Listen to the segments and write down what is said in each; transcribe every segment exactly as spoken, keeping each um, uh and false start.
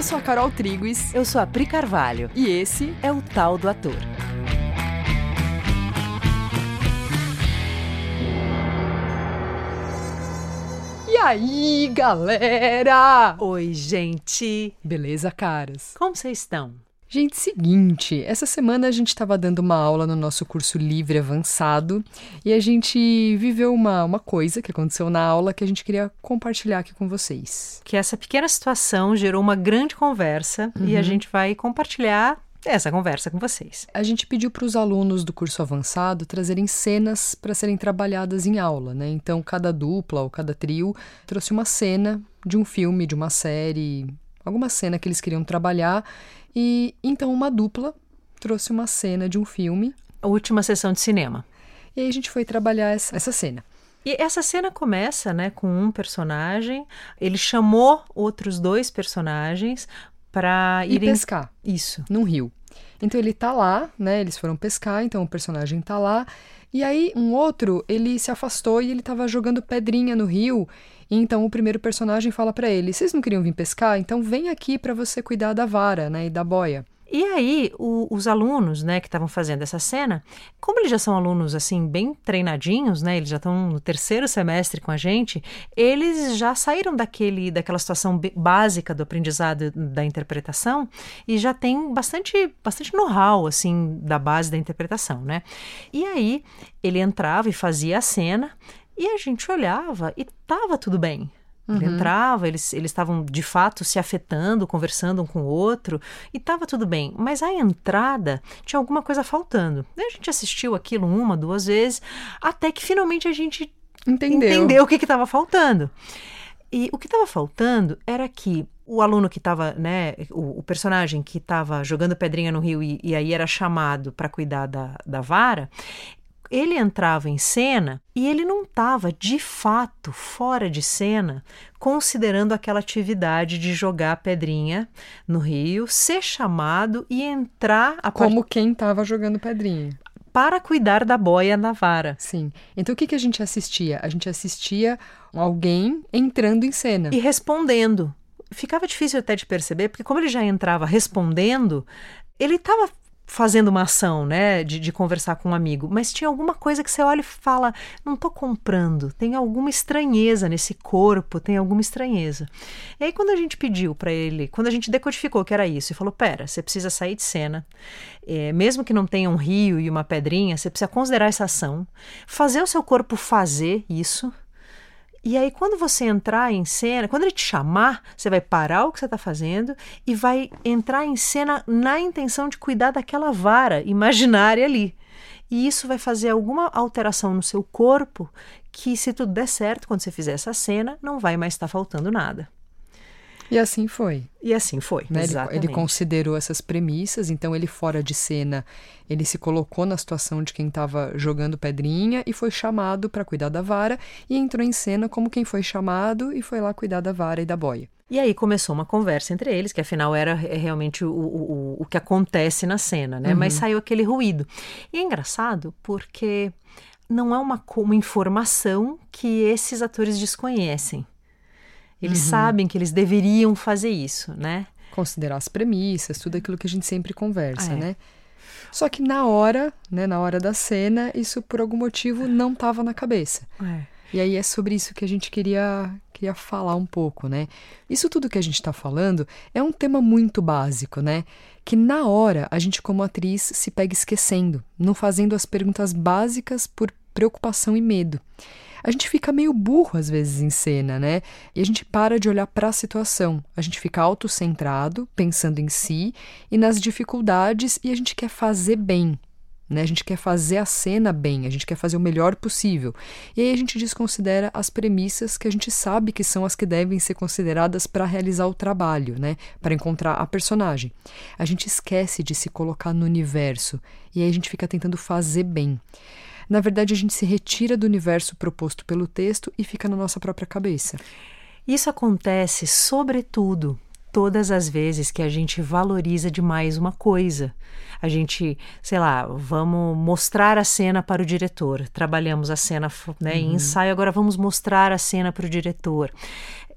Eu sou a Carol Triguis. Eu sou a Pri Carvalho. E esse é o Tal do Ator. E aí, galera? Oi, gente. Beleza, caras? Como vocês estão? Gente, seguinte, essa semana a gente estava dando uma aula no nosso curso livre avançado e a gente viveu uma, uma coisa que aconteceu na aula que a gente queria compartilhar aqui com vocês. Que essa pequena situação gerou uma grande conversa uhum. e a gente vai compartilhar essa conversa com vocês. A gente pediu para os alunos do curso avançado trazerem cenas para serem trabalhadas em aula, né? Então, cada dupla ou cada trio trouxe uma cena de um filme, de uma série, alguma cena que eles queriam trabalhar. E então uma dupla trouxe uma cena de um filme. A última sessão de cinema. E aí a gente foi trabalhar essa, essa cena. E essa cena começa, né, com um personagem. Ele chamou outros dois personagens para irem... E pescar. Isso. Num rio. Então ele tá lá, né, eles foram pescar, então o personagem tá lá. E aí um outro, ele se afastou e ele tava jogando pedrinha no rio. E então o primeiro personagem fala pra ele, vocês não queriam vir pescar? Então vem aqui pra você cuidar da vara, né, e da boia. E aí o, os alunos, né, que estavam fazendo essa cena, como eles já são alunos assim bem treinadinhos, né, eles já estão no terceiro semestre com a gente, eles já saíram daquele, daquela situação b- básica do aprendizado da interpretação e já tem bastante, bastante know-how assim da base da interpretação, né? E aí ele entrava e fazia a cena. E a gente olhava e estava tudo bem. Ele uhum. entrava, eles eles estavam de fato se afetando, conversando um com o outro, e estava tudo bem. Mas a entrada tinha alguma coisa faltando. A gente assistiu aquilo uma, duas vezes, até que finalmente a gente entendeu, entendeu o que estava faltando. E o que estava faltando era que o aluno que estava, né, o, o personagem que estava jogando pedrinha no rio e, e aí era chamado para cuidar da, da vara, ele entrava em cena e ele não estava, de fato, fora de cena, considerando aquela atividade de jogar a pedrinha no rio, ser chamado e entrar... A Como part... quem estava jogando pedrinha. Para cuidar da boia na vara. Sim. Então, o que, que a gente assistia? A gente assistia alguém entrando em cena. E respondendo. Ficava difícil até de perceber, porque como ele já entrava respondendo, ele estava... fazendo uma ação, né, de, de conversar com um amigo, mas tinha alguma coisa que você olha e fala, não tô comprando, tem alguma estranheza nesse corpo, tem alguma estranheza. E aí quando a gente pediu para ele, quando a gente decodificou que era isso, e falou, pera, você precisa sair de cena, é, mesmo que não tenha um rio e uma pedrinha, você precisa considerar essa ação, fazer o seu corpo fazer isso. E aí, quando você entrar em cena, quando ele te chamar, você vai parar o que você está fazendo e vai entrar em cena na intenção de cuidar daquela vara imaginária ali. E isso vai fazer alguma alteração no seu corpo que, se tudo der certo, quando você fizer essa cena, não vai mais estar faltando nada. E assim foi. E assim foi, né? exatamente. Ele, ele considerou essas premissas, então ele fora de cena, ele se colocou na situação de quem estava jogando pedrinha e foi chamado para cuidar da vara e entrou em cena como quem foi chamado e foi lá cuidar da vara e da boia. E aí começou uma conversa entre eles, que afinal era realmente o, o, o que acontece na cena, né? Uhum. Mas saiu aquele ruído. E é engraçado porque não é uma, uma informação que esses atores desconhecem. Eles uhum. sabem que eles deveriam fazer isso, né? Considerar as premissas, tudo aquilo que a gente sempre conversa, ah, é. né? Só que na hora, né, na hora da cena, isso por algum motivo não estava na cabeça. É. E aí é sobre isso que a gente queria, queria falar um pouco, né? Isso tudo que a gente está falando é um tema muito básico, né? Que na hora a gente como atriz se pega esquecendo, não fazendo as perguntas básicas por preocupação e medo. A gente fica meio burro às vezes em cena, né? E a gente para de olhar para a situação. A gente fica autocentrado, pensando em si e nas dificuldades e a gente quer fazer bem, né? A gente quer fazer a cena bem, a gente quer fazer o melhor possível. E aí a gente desconsidera as premissas que a gente sabe que são as que devem ser consideradas para realizar o trabalho, né? Para encontrar a personagem. A gente esquece de se colocar no universo e aí a gente fica tentando fazer bem. Na verdade, a gente se retira do universo proposto pelo texto e fica na nossa própria cabeça. Isso acontece, sobretudo, todas as vezes que a gente valoriza demais uma coisa. A gente, sei lá, vamos mostrar a cena para o diretor. Trabalhamos a cena, né, em ensaio, agora vamos mostrar a cena para o diretor.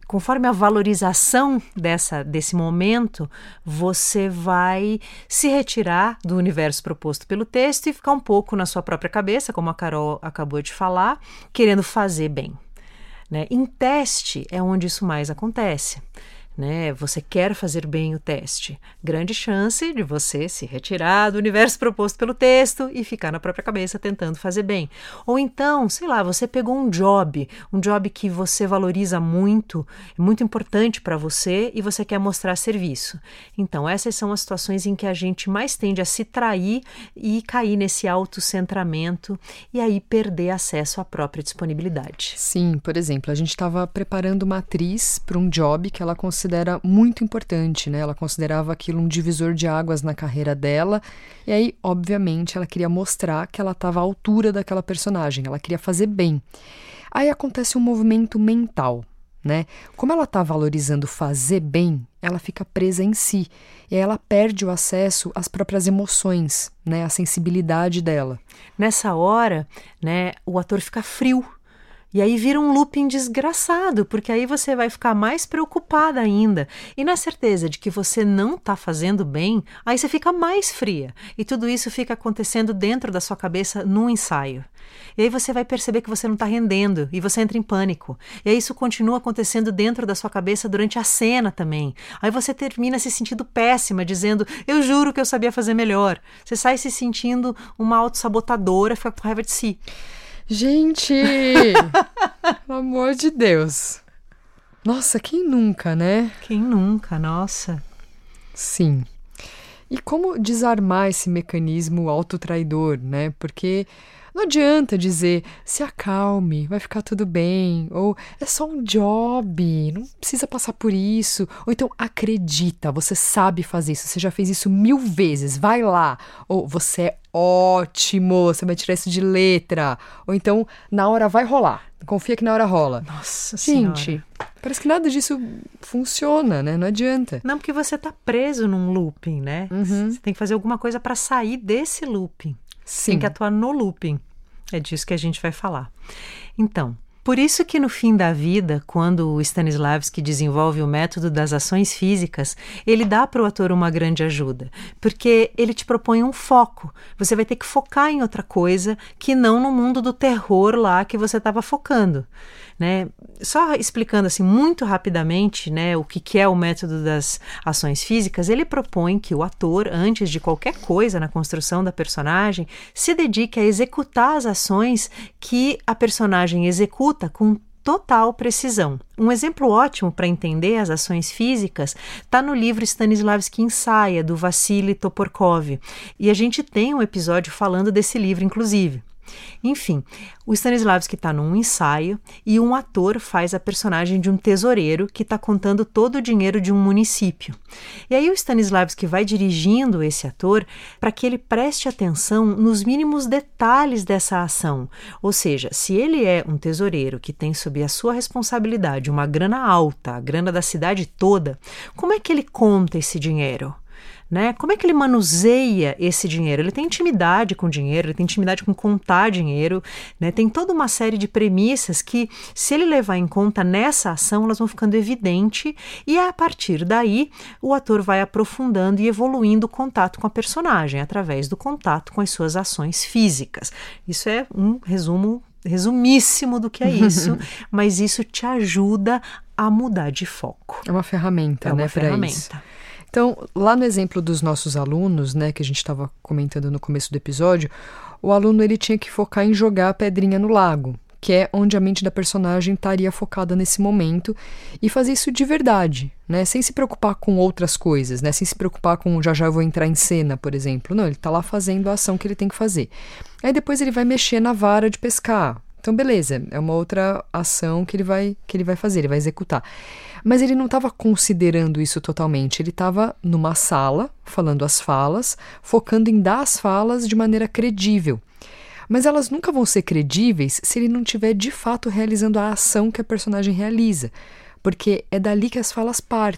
conforme a valorização dessa, desse momento, você vai se retirar do universo proposto pelo texto e ficar um pouco na sua própria cabeça, como a Carol acabou de falar, querendo fazer bem. Né? Em teste é onde isso mais acontece. Né? Você quer fazer bem o teste. Grande chance de você se retirar do universo proposto pelo texto e ficar na própria cabeça tentando fazer bem. Ou então, sei lá, você pegou um job, um job que você valoriza muito, é muito importante para você e você quer mostrar serviço. Então, essas são as situações em que a gente mais tende a se trair e cair nesse autocentramento e aí perder acesso à própria disponibilidade. Sim, por exemplo, a gente estava preparando uma atriz para um job que ela considera muito importante, né? Ela considerava aquilo um divisor de águas na carreira dela e aí, obviamente, ela queria mostrar que ela estava à altura daquela personagem, ela queria fazer bem. Aí acontece um movimento mental, né? Como ela está valorizando fazer bem, ela fica presa em si e aí ela perde o acesso às próprias emoções, né? A sensibilidade dela. Nessa hora, né, o ator fica frio. E aí vira um looping desgraçado, porque aí você vai ficar mais preocupada ainda. E na certeza de que você não está fazendo bem, aí você fica mais fria. E tudo isso fica acontecendo dentro da sua cabeça num ensaio. E aí você vai perceber que você não está rendendo e você entra em pânico. E aí isso continua acontecendo dentro da sua cabeça durante a cena também. Aí você termina se sentindo péssima, dizendo, eu juro que eu sabia fazer melhor. Você sai se sentindo uma autossabotadora, fica com raiva de si. Gente, pelo amor de Deus. Nossa, quem nunca, né? Quem nunca, nossa. Sim. E como desarmar esse mecanismo autotraidor, né? Porque não adianta dizer, se acalme, vai ficar tudo bem, ou é só um job, não precisa passar por isso, ou então acredita, você sabe fazer isso, você já fez isso mil vezes, vai lá, ou você é ótimo, você vai tirar isso de letra, ou então na hora vai rolar, confia que na hora rola. Nossa Gente, Senhora. Parece que nada disso funciona, né? Não adianta. Não, porque você tá preso num looping, né? Uhum. Você tem que fazer alguma coisa para sair desse looping. Sim. Tem que atuar no looping. É disso que a gente vai falar. Então, por isso que no fim da vida, quando o Stanislavski desenvolve o método das ações físicas, ele dá para o ator uma grande ajuda, porque ele te propõe um foco. Você vai ter que focar em outra coisa que não no mundo do terror lá que você estava focando. Né? Só explicando assim muito rapidamente, né, o que, que é o método das ações físicas, ele propõe que o ator, antes de qualquer coisa na construção da personagem, se dedique a executar as ações que a personagem executa com total precisão. Um exemplo ótimo para entender as ações físicas está no livro Stanislavski Ensaia, do Vassily Toporkov, e a gente tem um episódio falando desse livro, inclusive. Enfim, o Stanislavski está num ensaio e um ator faz a personagem de um tesoureiro que está contando todo o dinheiro de um município. E aí o Stanislavski vai dirigindo esse ator para que ele preste atenção nos mínimos detalhes dessa ação. Ou seja, se ele é um tesoureiro que tem sob a sua responsabilidade uma grana alta, a grana da cidade toda, como é que ele conta esse dinheiro? Né? Como é que ele manuseia esse dinheiro? Ele tem intimidade com o dinheiro, ele tem intimidade com contar dinheiro, né? Tem toda uma série de premissas que, se ele levar em conta nessa ação, elas vão ficando evidentes e a partir daí o ator vai aprofundando e evoluindo o contato com a personagem através do contato com as suas ações físicas. Isso é um resumo resumíssimo do que é isso, mas isso te ajuda a mudar de foco. É uma ferramenta, é uma né, ferramenta. Isso. Então, lá no exemplo dos nossos alunos, né, que a gente estava comentando no começo do episódio, o aluno ele tinha que focar em jogar a pedrinha no lago, que é onde a mente da personagem estaria focada nesse momento, e fazer isso de verdade, né, sem se preocupar com outras coisas, né, sem se preocupar com já já eu vou entrar em cena, por exemplo. Não, ele está lá fazendo a ação que ele tem que fazer. Aí depois ele vai mexer na vara de pescar. Então, beleza, é uma outra ação que ele vai, que ele vai fazer, ele vai executar. Mas ele não estava considerando isso totalmente. Ele estava numa sala, falando as falas, focando em dar as falas de maneira credível. Mas elas nunca vão ser credíveis se ele não estiver de fato realizando a ação que a personagem realiza. Porque é dali que as falas partem.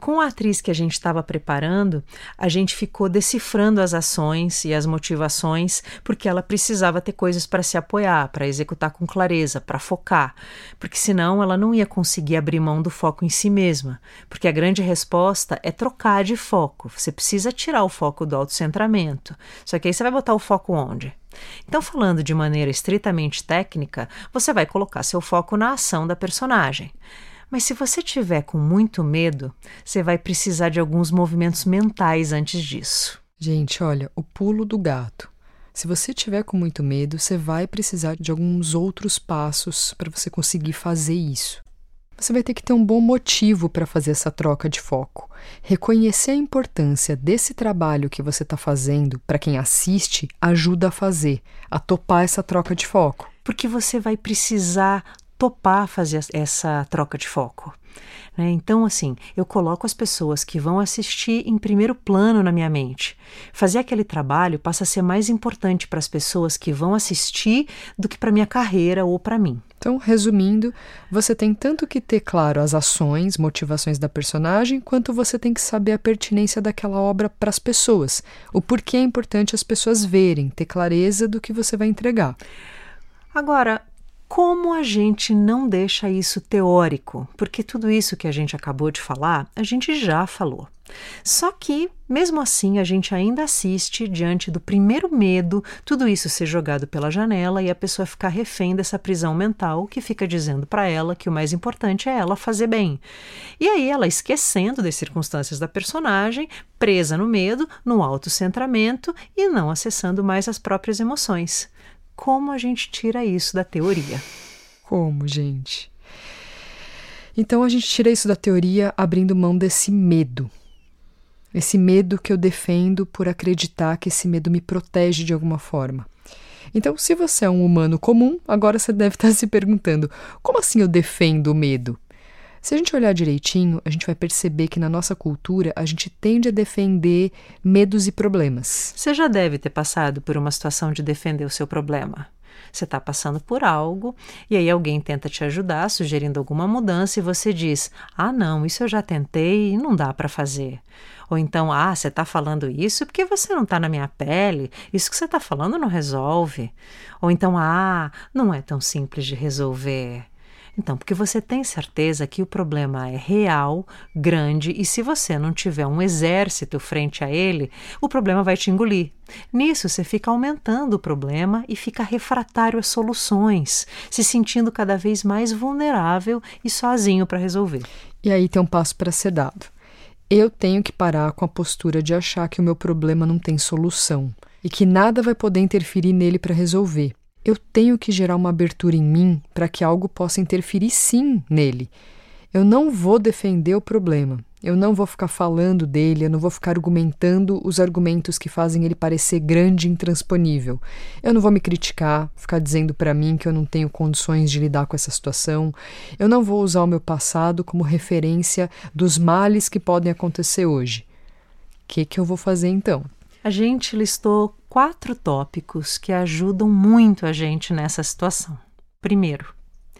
Com a atriz que a gente estava preparando, a gente ficou decifrando as ações e as motivações, porque ela precisava ter coisas para se apoiar, para executar com clareza, para focar, porque senão ela não ia conseguir abrir mão do foco em si mesma, porque a grande resposta é trocar de foco. Você precisa tirar o foco do autocentramento. Só que aí você vai botar o foco onde? Então, falando de maneira estritamente técnica, você vai colocar seu foco na ação da personagem. Mas se você tiver com muito medo, você vai precisar de alguns movimentos mentais antes disso. Gente, olha, o pulo do gato. Se você tiver com muito medo, você vai precisar de alguns outros passos para você conseguir fazer isso. Você vai ter que ter um bom motivo para fazer essa troca de foco. Reconhecer a importância desse trabalho que você está fazendo para quem assiste ajuda a fazer, a topar essa troca de foco. Porque você vai precisar topar fazer essa troca de foco. Né? Então, assim, eu coloco as pessoas que vão assistir em primeiro plano na minha mente. Fazer aquele trabalho passa a ser mais importante para as pessoas que vão assistir do que para minha carreira ou para mim. Então, resumindo, você tem tanto que ter claro as ações, motivações da personagem, quanto você tem que saber a pertinência daquela obra para as pessoas. O porquê é importante as pessoas verem, ter clareza do que você vai entregar. Agora, como a gente não deixa isso teórico? Porque tudo isso que a gente acabou de falar, a gente já falou. Só que, mesmo assim, a gente ainda assiste diante do primeiro medo, tudo isso ser jogado pela janela e a pessoa ficar refém dessa prisão mental que fica dizendo para ela que o mais importante é ela fazer bem. E aí ela esquecendo das circunstâncias da personagem, presa no medo, no autocentramento e não acessando mais as próprias emoções. Como a gente tira isso da teoria? Como, gente? Então a gente tira isso da teoria abrindo mão desse medo. Esse medo que eu defendo por acreditar que esse medo me protege de alguma forma. Então, se você é um humano comum, agora você deve estar se perguntando, como assim eu defendo o medo? Se a gente olhar direitinho, a gente vai perceber que na nossa cultura a gente tende a defender medos e problemas. Você já deve ter passado por uma situação de defender o seu problema. Você está passando por algo e aí alguém tenta te ajudar, sugerindo alguma mudança e você diz, ah não, isso eu já tentei e não dá para fazer. Ou então, ah, você está falando isso porque você não está na minha pele, isso que você está falando não resolve. Ou então, ah, não é tão simples de resolver. Então, porque você tem certeza que o problema é real, grande, e se você não tiver um exército frente a ele, o problema vai te engolir. Nisso, você fica aumentando o problema e fica refratário às soluções, se sentindo cada vez mais vulnerável e sozinho para resolver. E aí tem um passo para ser dado. Eu tenho que parar com a postura de achar que o meu problema não tem solução e que nada vai poder interferir nele para resolver. Eu tenho que gerar uma abertura em mim para que algo possa interferir sim nele. Eu não vou defender o problema, eu não vou ficar falando dele, eu não vou ficar argumentando os argumentos que fazem ele parecer grande e intransponível. Eu não vou me criticar, ficar dizendo para mim que eu não tenho condições de lidar com essa situação. Eu não vou usar o meu passado como referência dos males que podem acontecer hoje. O que que eu vou fazer então? A gente listou quatro tópicos que ajudam muito a gente nessa situação. Primeiro,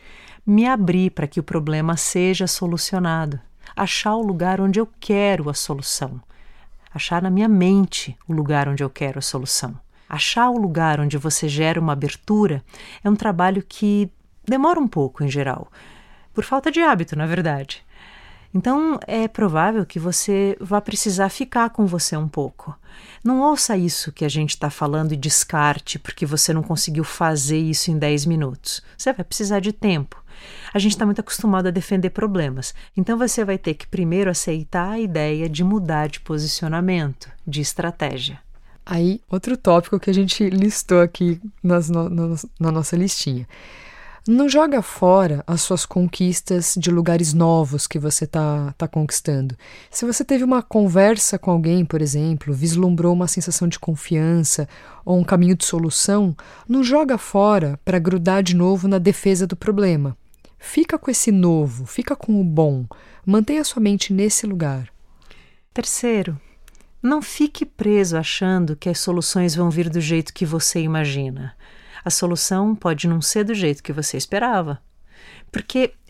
me abrir para que o problema seja solucionado. Achar o lugar onde eu quero a solução. Achar na minha mente o lugar onde eu quero a solução. Achar o lugar onde você gera uma abertura é um trabalho que demora um pouco em geral, por falta de hábito, na verdade. Então, é provável que você vá precisar ficar com você um pouco. Não ouça isso que a gente está falando e descarte porque você não conseguiu fazer isso em dez minutos. Você vai precisar de tempo. A gente está muito acostumado a defender problemas. Então, você vai ter que primeiro aceitar a ideia de mudar de posicionamento, de estratégia. Aí, outro tópico que a gente listou aqui nas no, no, na nossa listinha. Não joga fora as suas conquistas de lugares novos que você está tá conquistando. Se você teve uma conversa com alguém, por exemplo, vislumbrou uma sensação de confiança ou um caminho de solução, não joga fora para grudar de novo na defesa do problema. Fica com esse novo, fica com o bom. Mantenha sua mente nesse lugar. Terceiro, não fique preso achando que as soluções vão vir do jeito que você imagina. A solução pode não ser do jeito que você esperava. Porque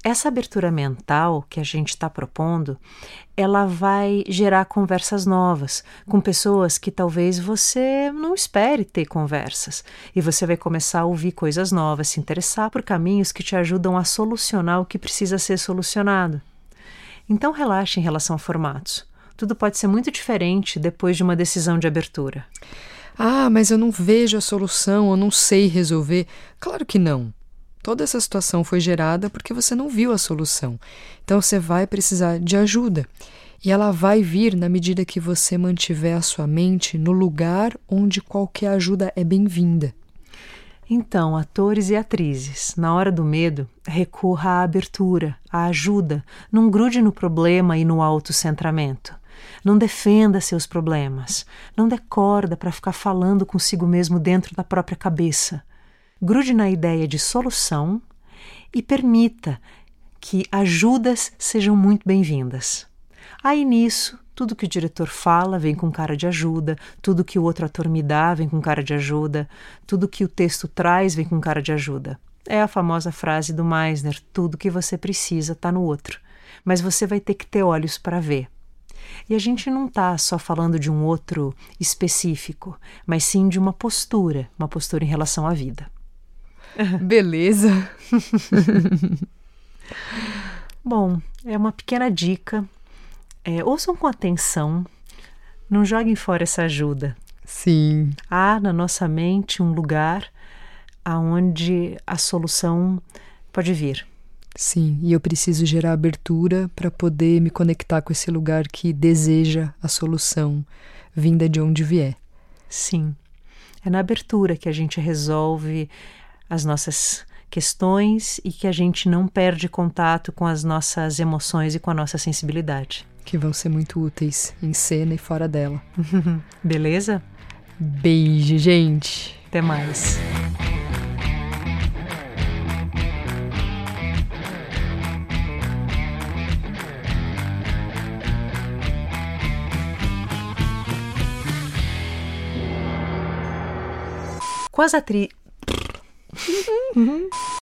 essa abertura mental que a gente está propondo, ela vai gerar conversas novas com pessoas que talvez você não espere ter conversas. E você vai começar a ouvir coisas novas, se interessar por caminhos que te ajudam a solucionar o que precisa ser solucionado. Então relaxe em relação a formatos. Tudo pode ser muito diferente depois de uma decisão de abertura. Ah, mas eu não vejo a solução, eu não sei resolver. Claro que não. Toda essa situação foi gerada porque você não viu a solução. Então você vai precisar de ajuda. E ela vai vir na medida que você mantiver a sua mente no lugar onde qualquer ajuda é bem-vinda. Então, atores e atrizes, na hora do medo, recorra à abertura, à ajuda. Não grude no problema e no autocentramento. Não defenda seus problemas. Não dê corda para ficar falando consigo mesmo dentro da própria cabeça. Grude na ideia de solução e permita que ajudas sejam muito bem-vindas. Aí nisso, tudo que o diretor fala vem com cara de ajuda, tudo que o outro ator me dá vem com cara de ajuda, tudo que o texto traz vem com cara de ajuda. É a famosa frase do Meisner, tudo que você precisa está no outro, mas você vai ter que ter olhos para ver. E a gente não está só falando de um outro específico, mas sim de uma postura, uma postura em relação à vida. Beleza. Bom, é uma pequena dica. É, ouçam com atenção. Não joguem fora essa ajuda. Sim. Há na nossa mente um lugar aonde a solução pode vir. Sim, e eu preciso gerar abertura para poder me conectar com esse lugar que deseja a solução, vinda de onde vier. Sim. É na abertura que a gente resolve as nossas questões e que a gente não perde contato com as nossas emoções e com a nossa sensibilidade. Que vão ser muito úteis em cena e fora dela. Beleza? Beijo, gente. Até mais. Com as atrizes...